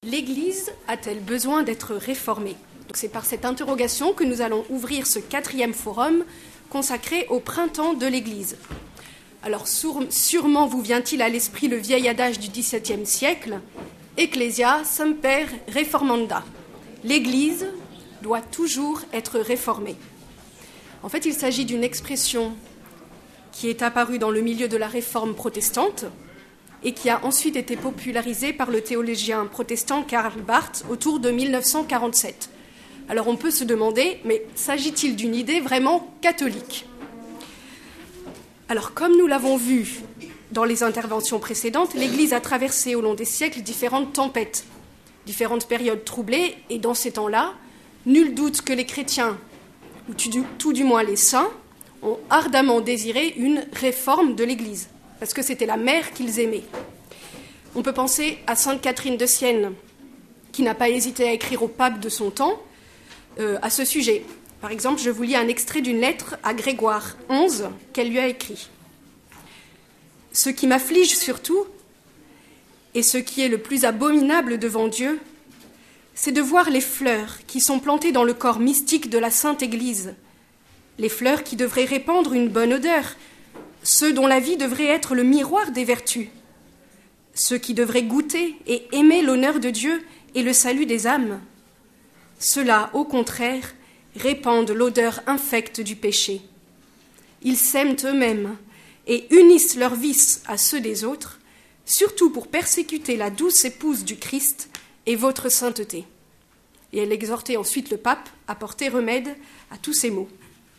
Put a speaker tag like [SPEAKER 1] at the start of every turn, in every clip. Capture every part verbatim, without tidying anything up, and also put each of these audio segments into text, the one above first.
[SPEAKER 1] L'Église a-t-elle besoin d'être réformée ? Donc c'est par cette interrogation que nous allons ouvrir ce quatrième forum consacré au printemps de l'Église. Alors sûrement vous vient-il à l'esprit le vieil adage du dix-septième siècle, « Ecclesia semper reformanda ». L'Église doit toujours être réformée. En fait, il s'agit d'une expression qui est apparue dans le milieu de la réforme protestante et qui a ensuite été popularisée par le théologien protestant Karl Barth autour de mille neuf cent quarante-sept. Alors on peut se demander, mais s'agit-il d'une idée vraiment catholique ? Alors comme nous l'avons vu dans les interventions précédentes, l'Église a traversé au long des siècles différentes tempêtes, différentes périodes troublées, et dans ces temps-là, nul doute que les chrétiens, ou tout du moins les saints, ont ardemment désiré une réforme de l'Église, parce que c'était la mère qu'ils aimaient. On peut penser à sainte Catherine de Sienne, qui n'a pas hésité à écrire au pape de son temps euh, à ce sujet. Par exemple, je vous lis un extrait d'une lettre à Grégoire onze qu'elle lui a écrit. « Ce qui m'afflige surtout, et ce qui est le plus abominable devant Dieu, c'est de voir les fleurs qui sont plantées dans le corps mystique de la Sainte Église, les fleurs qui devraient répandre une bonne odeur, ceux dont la vie devrait être le miroir des vertus, ceux qui devraient goûter et aimer l'honneur de Dieu et le salut des âmes. Ceux-là, au contraire, répandent l'odeur infecte du péché. Ils s'aiment eux-mêmes et unissent leurs vices à ceux des autres, surtout pour persécuter la douce épouse du Christ et votre sainteté. » Et elle exhortait ensuite le pape à porter remède à tous ces maux.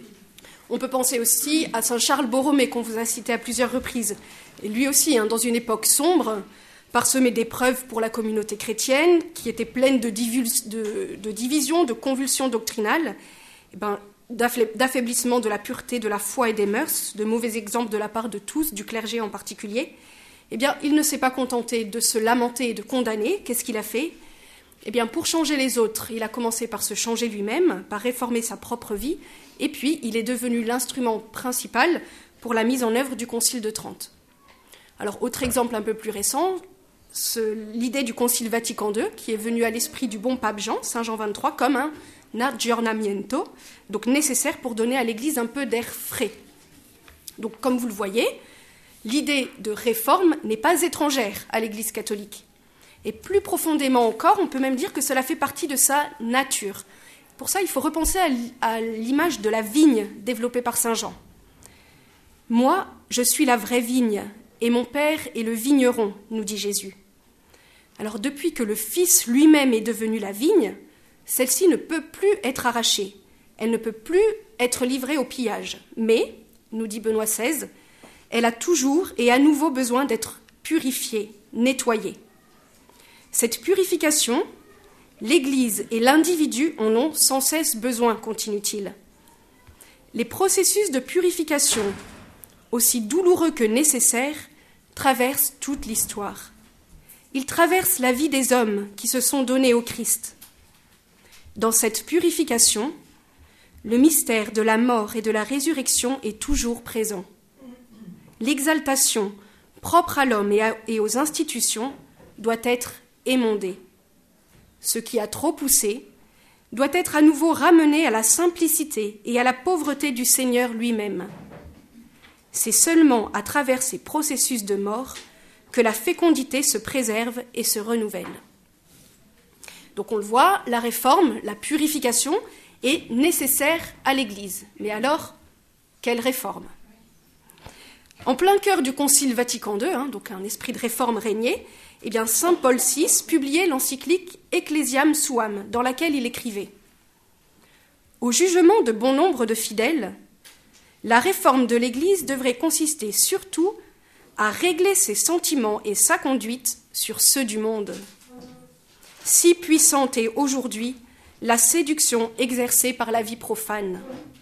[SPEAKER 1] On peut penser aussi à saint Charles Borromée, qu'on vous a cité à plusieurs reprises. Et lui aussi, hein, dans une époque sombre, parsemée d'épreuves pour la communauté chrétienne, qui était pleine de, divul- de, de divisions, de convulsions doctrinales, et ben, d'affaiblissement de la pureté de la foi et des mœurs, de mauvais exemples de la part de tous, du clergé en particulier, eh bien, il ne s'est pas contenté de se lamenter et de condamner. Qu'est-ce qu'il a fait ? Eh bien, pour changer les autres, il a commencé par se changer lui-même, par réformer sa propre vie, et puis il est devenu l'instrument principal pour la mise en œuvre du Concile de Trente. Alors, autre exemple un peu plus récent, ce, l'idée du Concile Vatican deux, qui est venue à l'esprit du bon pape Jean, Saint Jean vingt-trois, comme un aggiornamento, donc nécessaire pour donner à l'Église un peu d'air frais. Donc, comme vous le voyez, l'idée de réforme n'est pas étrangère à l'Église catholique. Et plus profondément encore, on peut même dire que cela fait partie de sa nature. Pour ça, il faut repenser à l'image de la vigne développée par saint Jean. « Moi, je suis la vraie vigne, et mon Père est le vigneron, nous dit Jésus. » Alors, depuis que le Fils lui-même est devenu la vigne, celle-ci ne peut plus être arrachée, elle ne peut plus être livrée au pillage. Mais, nous dit Benoît seize, elle a toujours et à nouveau besoin d'être purifiée, nettoyée. Cette purification, l'Église et l'individu en ont sans cesse besoin, continue-t-il. Les processus de purification, aussi douloureux que nécessaires, traversent toute l'histoire. Ils traversent la vie des hommes qui se sont donnés au Christ. Dans cette purification, le mystère de la mort et de la résurrection est toujours présent. L'exaltation propre à l'homme et, à, et aux institutions doit être émondée. Ce qui a trop poussé doit être à nouveau ramené à la simplicité et à la pauvreté du Seigneur lui-même. C'est seulement à travers ces processus de mort que la fécondité se préserve et se renouvelle. Donc on le voit, la réforme, la purification est nécessaire à l'Église. Mais alors, quelle réforme ? En plein cœur du Concile Vatican deux, hein, donc un esprit de réforme régnait, eh bien saint Paul six publiait l'encyclique Ecclesiam Suam, dans laquelle il écrivait « Au jugement de bon nombre de fidèles, la réforme de l'Église devrait consister surtout à régler ses sentiments et sa conduite sur ceux du monde. Si puissante est aujourd'hui la séduction exercée par la vie profane.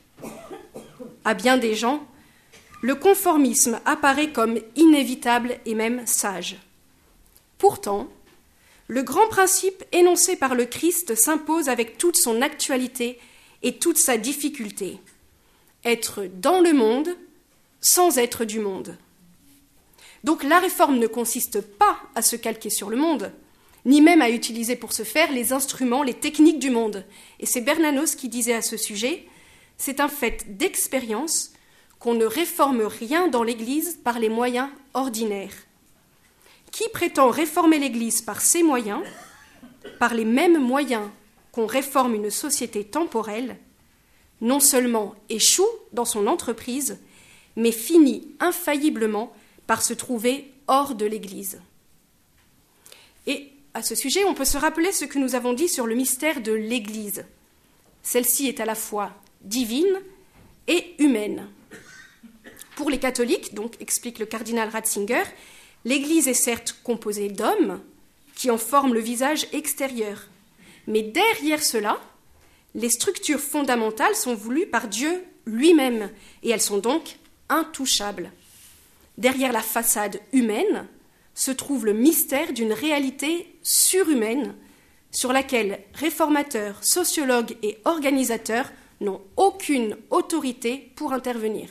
[SPEAKER 1] À bien des gens, le conformisme apparaît comme inévitable et même sage. Pourtant, le grand principe énoncé par le Christ s'impose avec toute son actualité et toute sa difficulté. Être dans le monde sans être du monde. Donc la réforme ne consiste pas à se calquer sur le monde, ni même à utiliser pour ce faire les instruments, les techniques du monde. Et c'est Bernanos qui disait à ce sujet, « C'est un fait d'expérience qu'on ne réforme rien dans l'Église par les moyens ordinaires. Qui prétend réformer l'Église par ces moyens, par les mêmes moyens qu'on réforme une société temporelle, non seulement échoue dans son entreprise, mais finit infailliblement par se trouver hors de l'Église. » Et à ce sujet, on peut se rappeler ce que nous avons dit sur le mystère de l'Église. Celle-ci est à la fois divine et humaine. Pour les catholiques, donc, explique le cardinal Ratzinger, l'Église est certes composée d'hommes qui en forment le visage extérieur, mais derrière cela, les structures fondamentales sont voulues par Dieu lui-même, et elles sont donc intouchables. Derrière la façade humaine se trouve le mystère d'une réalité surhumaine sur laquelle réformateurs, sociologues et organisateurs n'ont aucune autorité pour intervenir.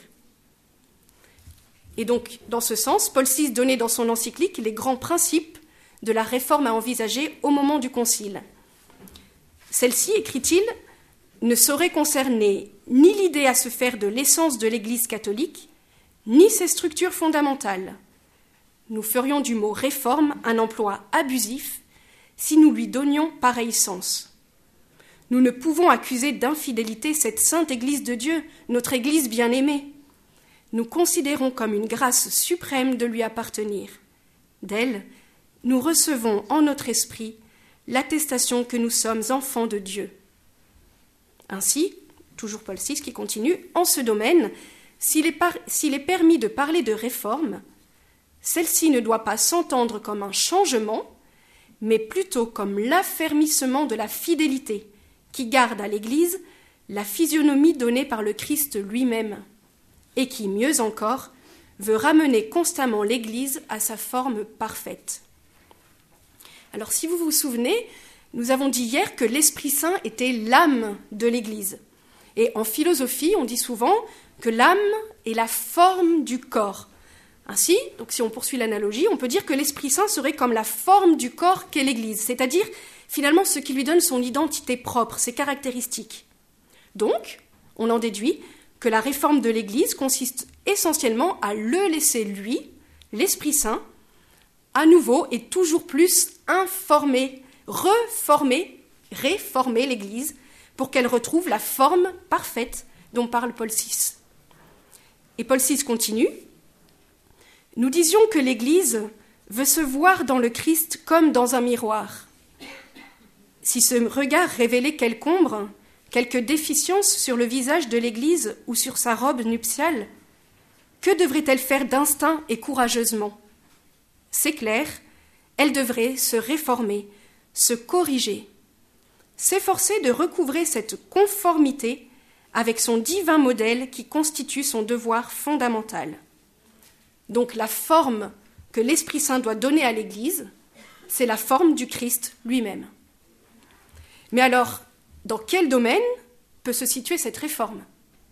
[SPEAKER 1] Et donc, dans ce sens, Paul six donnait dans son encyclique les grands principes de la réforme à envisager au moment du concile. Celle-ci, écrit-il, ne saurait concerner ni l'idée à se faire de l'essence de l'Église catholique, ni ses structures fondamentales. Nous ferions du mot « réforme » un emploi abusif si nous lui donnions pareil sens. Nous ne pouvons accuser d'infidélité cette sainte Église de Dieu, notre Église bien-aimée. Nous considérons comme une grâce suprême de lui appartenir. D'elle, nous recevons en notre esprit l'attestation que nous sommes enfants de Dieu. Ainsi, toujours Paul six qui continue, en ce domaine, s'il est, par... s'il est permis de parler de réforme, celle-ci ne doit pas s'entendre comme un changement, mais plutôt comme l'affermissement de la fidélité qui garde à l'Église la physionomie donnée par le Christ lui-même et qui, mieux encore, veut ramener constamment l'Église à sa forme parfaite. Alors, si vous vous souvenez, nous avons dit hier que l'Esprit Saint était l'âme de l'Église. Et en philosophie, on dit souvent que l'âme est la forme du corps. Ainsi, donc si on poursuit l'analogie, on peut dire que l'Esprit Saint serait comme la forme du corps qu'est l'Église, c'est-à-dire finalement ce qui lui donne son identité propre, ses caractéristiques. Donc, on en déduit que la réforme de l'Église consiste essentiellement à le laisser lui, l'Esprit Saint, à nouveau et toujours plus informer, reformer, réformer l'Église pour qu'elle retrouve la forme parfaite dont parle Paul six. Et Paul six continue. Nous disions que l'Église veut se voir dans le Christ comme dans un miroir. Si ce regard révélait quelque ombre, quelque déficience sur le visage de l'Église ou sur sa robe nuptiale, que devrait-elle faire d'instinct et courageusement ? C'est clair, elle devrait se réformer, se corriger, s'efforcer de recouvrer cette conformité avec son divin modèle qui constitue son devoir fondamental. Donc la forme que l'Esprit Saint doit donner à l'Église, c'est la forme du Christ lui-même. Mais alors, dans quel domaine peut se situer cette réforme ?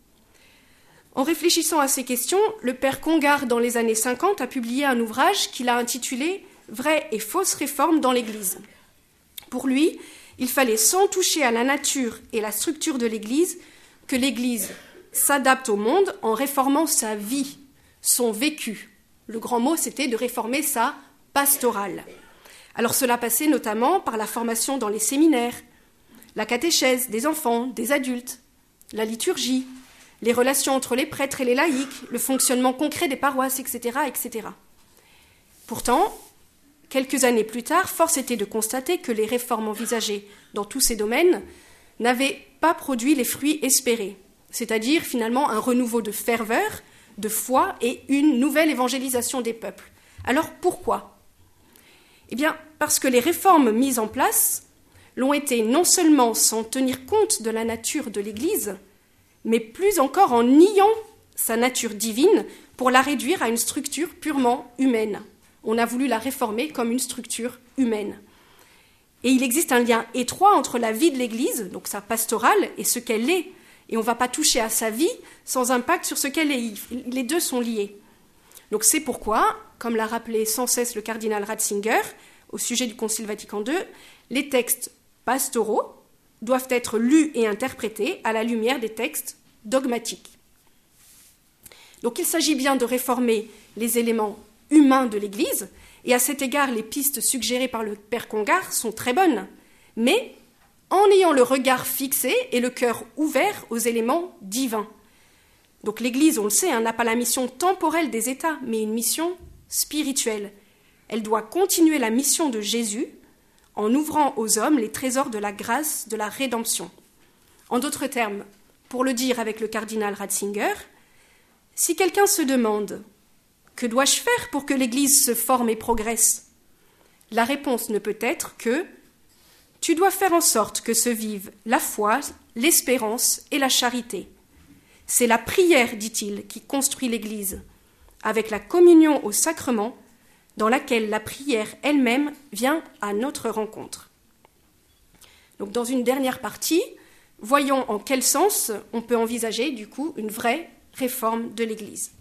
[SPEAKER 1] En réfléchissant à ces questions, le père Congar, dans les années cinquante, a publié un ouvrage qu'il a intitulé « Vraie et fausse réforme dans l'Église ». Pour lui, il fallait, sans toucher à la nature et la structure de l'Église, que l'Église s'adapte au monde en réformant sa vie, son vécu. Le grand mot, c'était de réformer sa pastorale. Alors cela passait notamment par la formation dans les séminaires, la catéchèse des enfants, des adultes, la liturgie, les relations entre les prêtres et les laïcs, le fonctionnement concret des paroisses, et cetera, et cetera. Pourtant, quelques années plus tard, force était de constater que les réformes envisagées dans tous ces domaines n'avaient pas produit les fruits espérés, c'est-à-dire finalement un renouveau de ferveur, de foi et une nouvelle évangélisation des peuples. Alors pourquoi ? Eh bien, parce que les réformes mises en place l'ont été non seulement sans tenir compte de la nature de l'Église, mais plus encore en niant sa nature divine pour la réduire à une structure purement humaine. On a voulu la réformer comme une structure humaine. Et il existe un lien étroit entre la vie de l'Église, donc sa pastorale, et ce qu'elle est. Et on ne va pas toucher à sa vie sans impact sur ce qu'elle est. Les deux sont liés. Donc c'est pourquoi, comme l'a rappelé sans cesse le cardinal Ratzinger, au sujet du Concile Vatican deux, les textes pastoraux doivent être lus et interprétés à la lumière des textes dogmatiques. Donc il s'agit bien de réformer les éléments humains de l'Église, et à cet égard, les pistes suggérées par le Père Congar sont très bonnes, mais en ayant le regard fixé et le cœur ouvert aux éléments divins. Donc l'Église, on le sait, hein, n'a pas la mission temporelle des États, mais une mission spirituelle. Elle doit continuer la mission de Jésus en ouvrant aux hommes les trésors de la grâce, de la rédemption. En d'autres termes, pour le dire avec le cardinal Ratzinger, si quelqu'un se demande « Que dois-je faire pour que l'Église se forme et progresse ?» La réponse ne peut être que « Tu dois faire en sorte que se vivent la foi, l'espérance et la charité. C'est la prière, dit-il, qui construit l'Église, avec la communion au sacrement, dans laquelle la prière elle-même vient à notre rencontre. » Donc, dans une dernière partie, voyons en quel sens on peut envisager, du coup, une vraie réforme de l'Église.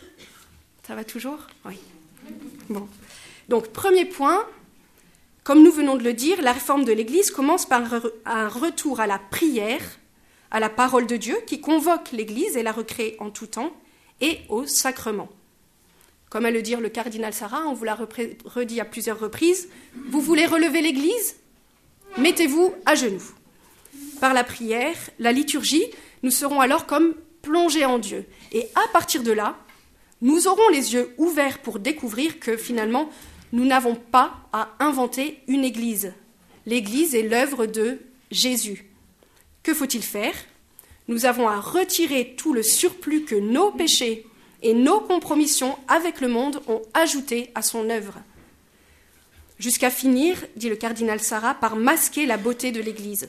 [SPEAKER 1] Ça va toujours ? Oui. Bon. Donc, premier point, comme nous venons de le dire, la réforme de l'Église commence par un retour à la prière, à la parole de Dieu qui convoque l'Église et la recrée en tout temps, et au sacrement. Comme a le dire le cardinal Sarah, on vous l'a redit à plusieurs reprises, vous voulez relever l'Église ? Mettez-vous à genoux. Par la prière, la liturgie, nous serons alors comme plongés en Dieu. Et à partir de là, nous aurons les yeux ouverts pour découvrir que finalement, nous n'avons pas à inventer une Église. L'Église est l'œuvre de Jésus. Que faut-il faire ? Nous avons à retirer tout le surplus que nos péchés et nos compromissions avec le monde ont ajouté à son œuvre. Jusqu'à finir, dit le cardinal Sarah, par masquer la beauté de l'Église.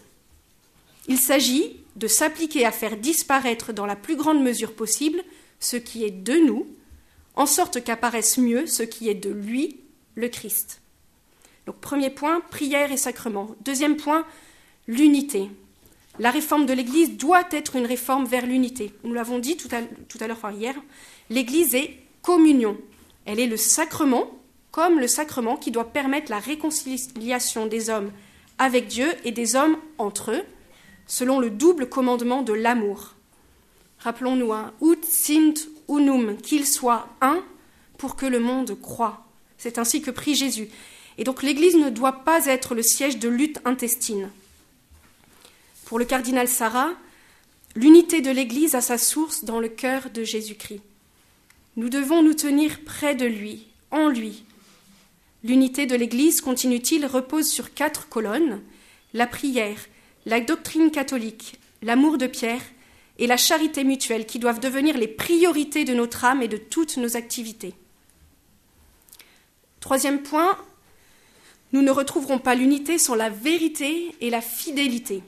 [SPEAKER 1] Il s'agit de s'appliquer à faire disparaître dans la plus grande mesure possible ce qui est de nous, en sorte qu'apparaisse mieux ce qui est de lui, le Christ. Donc premier point, prière et sacrement. Deuxième point, l'unité. La réforme de l'Église doit être une réforme vers l'unité. Nous l'avons dit tout à, tout à l'heure, enfin hier, l'Église est communion. Elle est le sacrement, comme le sacrement qui doit permettre la réconciliation des hommes avec Dieu et des hommes entre eux, selon le double commandement de l'amour. Rappelons-nous, un ut sint unum, qu'il soit un, pour que le monde croie. C'est ainsi que prie Jésus. Et donc l'Église ne doit pas être le siège de lutte intestine. Pour le cardinal Sarah, l'unité de l'Église a sa source dans le cœur de Jésus-Christ. Nous devons nous tenir près de lui, en lui. L'unité de l'Église, continue-t-il, repose sur quatre colonnes, la prière, la doctrine catholique, l'amour de Pierre et la charité mutuelle qui doivent devenir les priorités de notre âme et de toutes nos activités. Troisième point, nous ne retrouverons pas l'unité sans la vérité et la fidélité.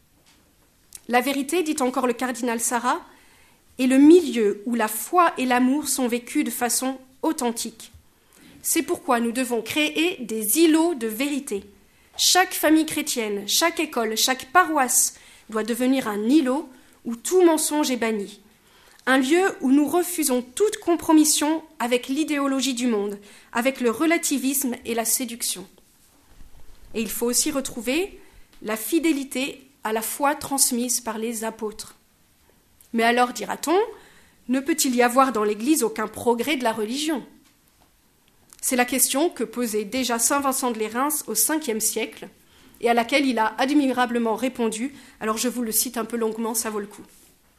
[SPEAKER 1] La vérité, dit encore le cardinal Sarah, est le milieu où la foi et l'amour sont vécus de façon authentique. C'est pourquoi nous devons créer des îlots de vérité. Chaque famille chrétienne, chaque école, chaque paroisse doit devenir un îlot où tout mensonge est banni. Un lieu où nous refusons toute compromission avec l'idéologie du monde, avec le relativisme et la séduction. Et il faut aussi retrouver la fidélité à la foi transmise par les apôtres. Mais alors, dira-t-on, ne peut-il y avoir dans l'Église aucun progrès de la religion ? C'est la question que posait déjà saint Vincent de Lérins au cinquième siècle et à laquelle il a admirablement répondu. Alors je vous le cite un peu longuement, ça vaut le coup.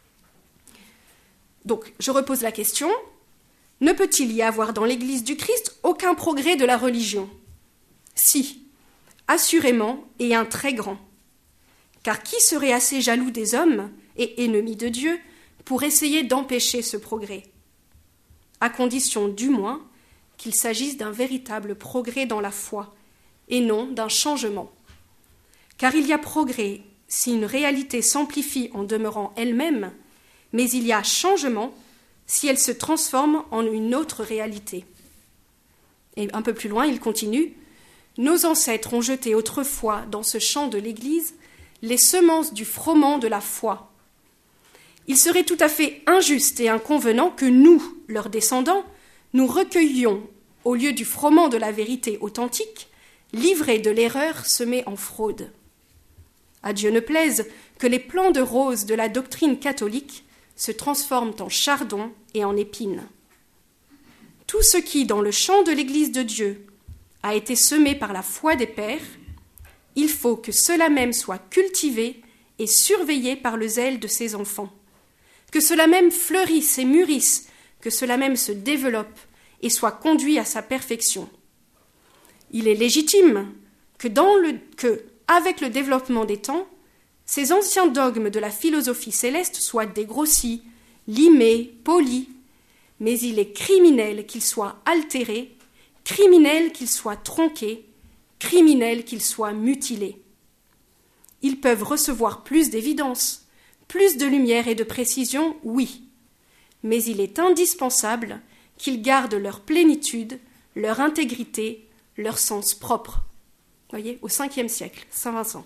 [SPEAKER 1] Donc, je repose la question, ne peut-il y avoir dans l'Église du Christ aucun progrès de la religion ? Si, assurément, et un très grand. Car qui serait assez jaloux des hommes et ennemi de Dieu pour essayer d'empêcher ce progrès ? À condition, du moins, qu'il s'agisse d'un véritable progrès dans la foi et non d'un changement. Car il y a progrès si une réalité s'amplifie en demeurant elle-même, mais il y a changement si elle se transforme en une autre réalité. Et un peu plus loin, il continue « Nos ancêtres ont jeté autrefois dans ce champ de l'Église les semences du froment de la foi. Il serait tout à fait injuste et inconvenant que nous, leurs descendants, nous recueillions, au lieu du froment de la vérité authentique, livrés de l'erreur semée en fraude. À Dieu ne plaise que les plants de rose de la doctrine catholique se transforment en chardon et en épines. Tout ce qui, dans le champ de l'Église de Dieu, a été semé par la foi des pères, il faut que cela même soit cultivé et surveillé par le zèle de ses enfants, que cela même fleurisse et mûrisse, que cela même se développe et soit conduit à sa perfection. Il est légitime que, dans le, que, avec le développement des temps, ces anciens dogmes de la philosophie céleste soient dégrossis, limés, polis, mais il est criminel qu'ils soient altérés, criminel qu'ils soient tronqués, criminel qu'ils soient mutilés. Ils peuvent recevoir plus d'évidence, plus de lumière et de précision, oui, mais il est indispensable qu'ils gardent leur plénitude, leur intégrité, leur sens propre. Voyez, au cinquième siècle, Saint Vincent.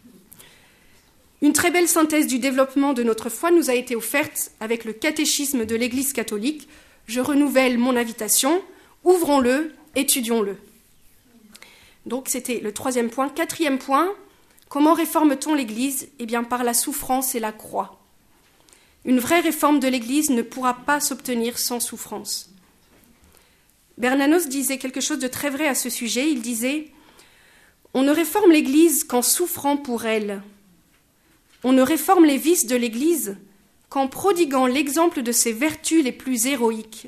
[SPEAKER 1] Une très belle synthèse du développement de notre foi nous a été offerte avec le catéchisme de l'Église catholique. Je renouvelle mon invitation, ouvrons-le, étudions-le. Donc c'était le troisième point. Quatrième point, comment réforme-t-on l'Église ? Eh bien par la souffrance et la croix. Une vraie réforme de l'Église ne pourra pas s'obtenir sans souffrance. Bernanos disait quelque chose de très vrai à ce sujet. Il disait « On ne réforme l'Église qu'en souffrant pour elle. On ne réforme les vices de l'Église qu'en prodiguant l'exemple de ses vertus les plus héroïques.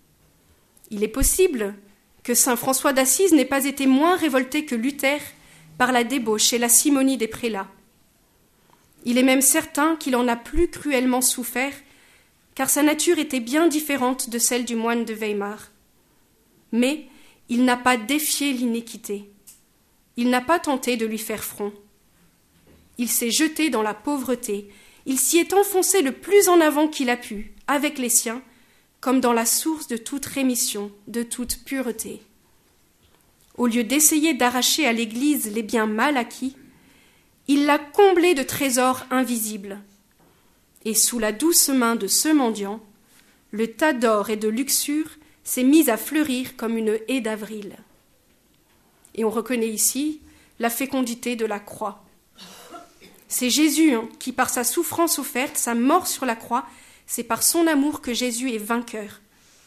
[SPEAKER 1] Il est possible que saint François d'Assise n'ait pas été moins révolté que Luther par la débauche et la simonie des prélats. Il est même certain qu'il en a plus cruellement souffert, car sa nature était bien différente de celle du moine de Weimar. Mais il n'a pas défié l'iniquité. Il n'a pas tenté de lui faire front. Il s'est jeté dans la pauvreté. Il s'y est enfoncé le plus en avant qu'il a pu, avec les siens, comme dans la source de toute rémission, de toute pureté. Au lieu d'essayer d'arracher à l'Église les biens mal acquis, il l'a comblée de trésors invisibles. Et sous la douce main de ce mendiant, le tas d'or et de luxure s'est mis à fleurir comme une haie d'avril. Et on reconnaît ici la fécondité de la croix. C'est Jésus hein, qui, par sa souffrance offerte, sa mort sur la croix, c'est par son amour que Jésus est vainqueur.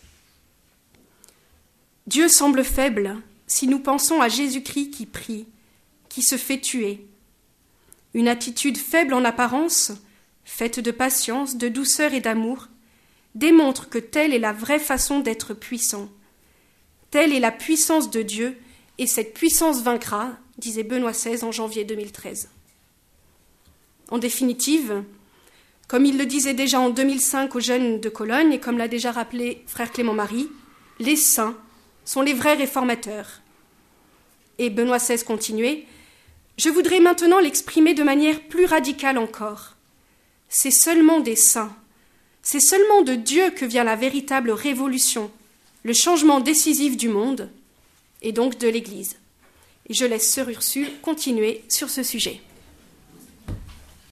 [SPEAKER 1] Dieu semble faible si nous pensons à Jésus-Christ qui prie, qui se fait tuer. Une attitude faible en apparence, faite de patience, de douceur et d'amour, démontre que telle est la vraie façon d'être puissant. Telle est la puissance de Dieu, et cette puissance vaincra, disait Benoît seize en janvier deux mille treize. En définitive, comme il le disait déjà en deux mille cinq aux jeunes de Cologne, et comme l'a déjà rappelé frère Clément Marie, les saints sont les vrais réformateurs. Et Benoît seize continuait, « Je voudrais maintenant l'exprimer de manière plus radicale encore. C'est seulement des saints, c'est seulement de Dieu que vient la véritable révolution, le changement décisif du monde, et donc de l'Église. » Et je laisse Sœur Ursule continuer sur ce sujet.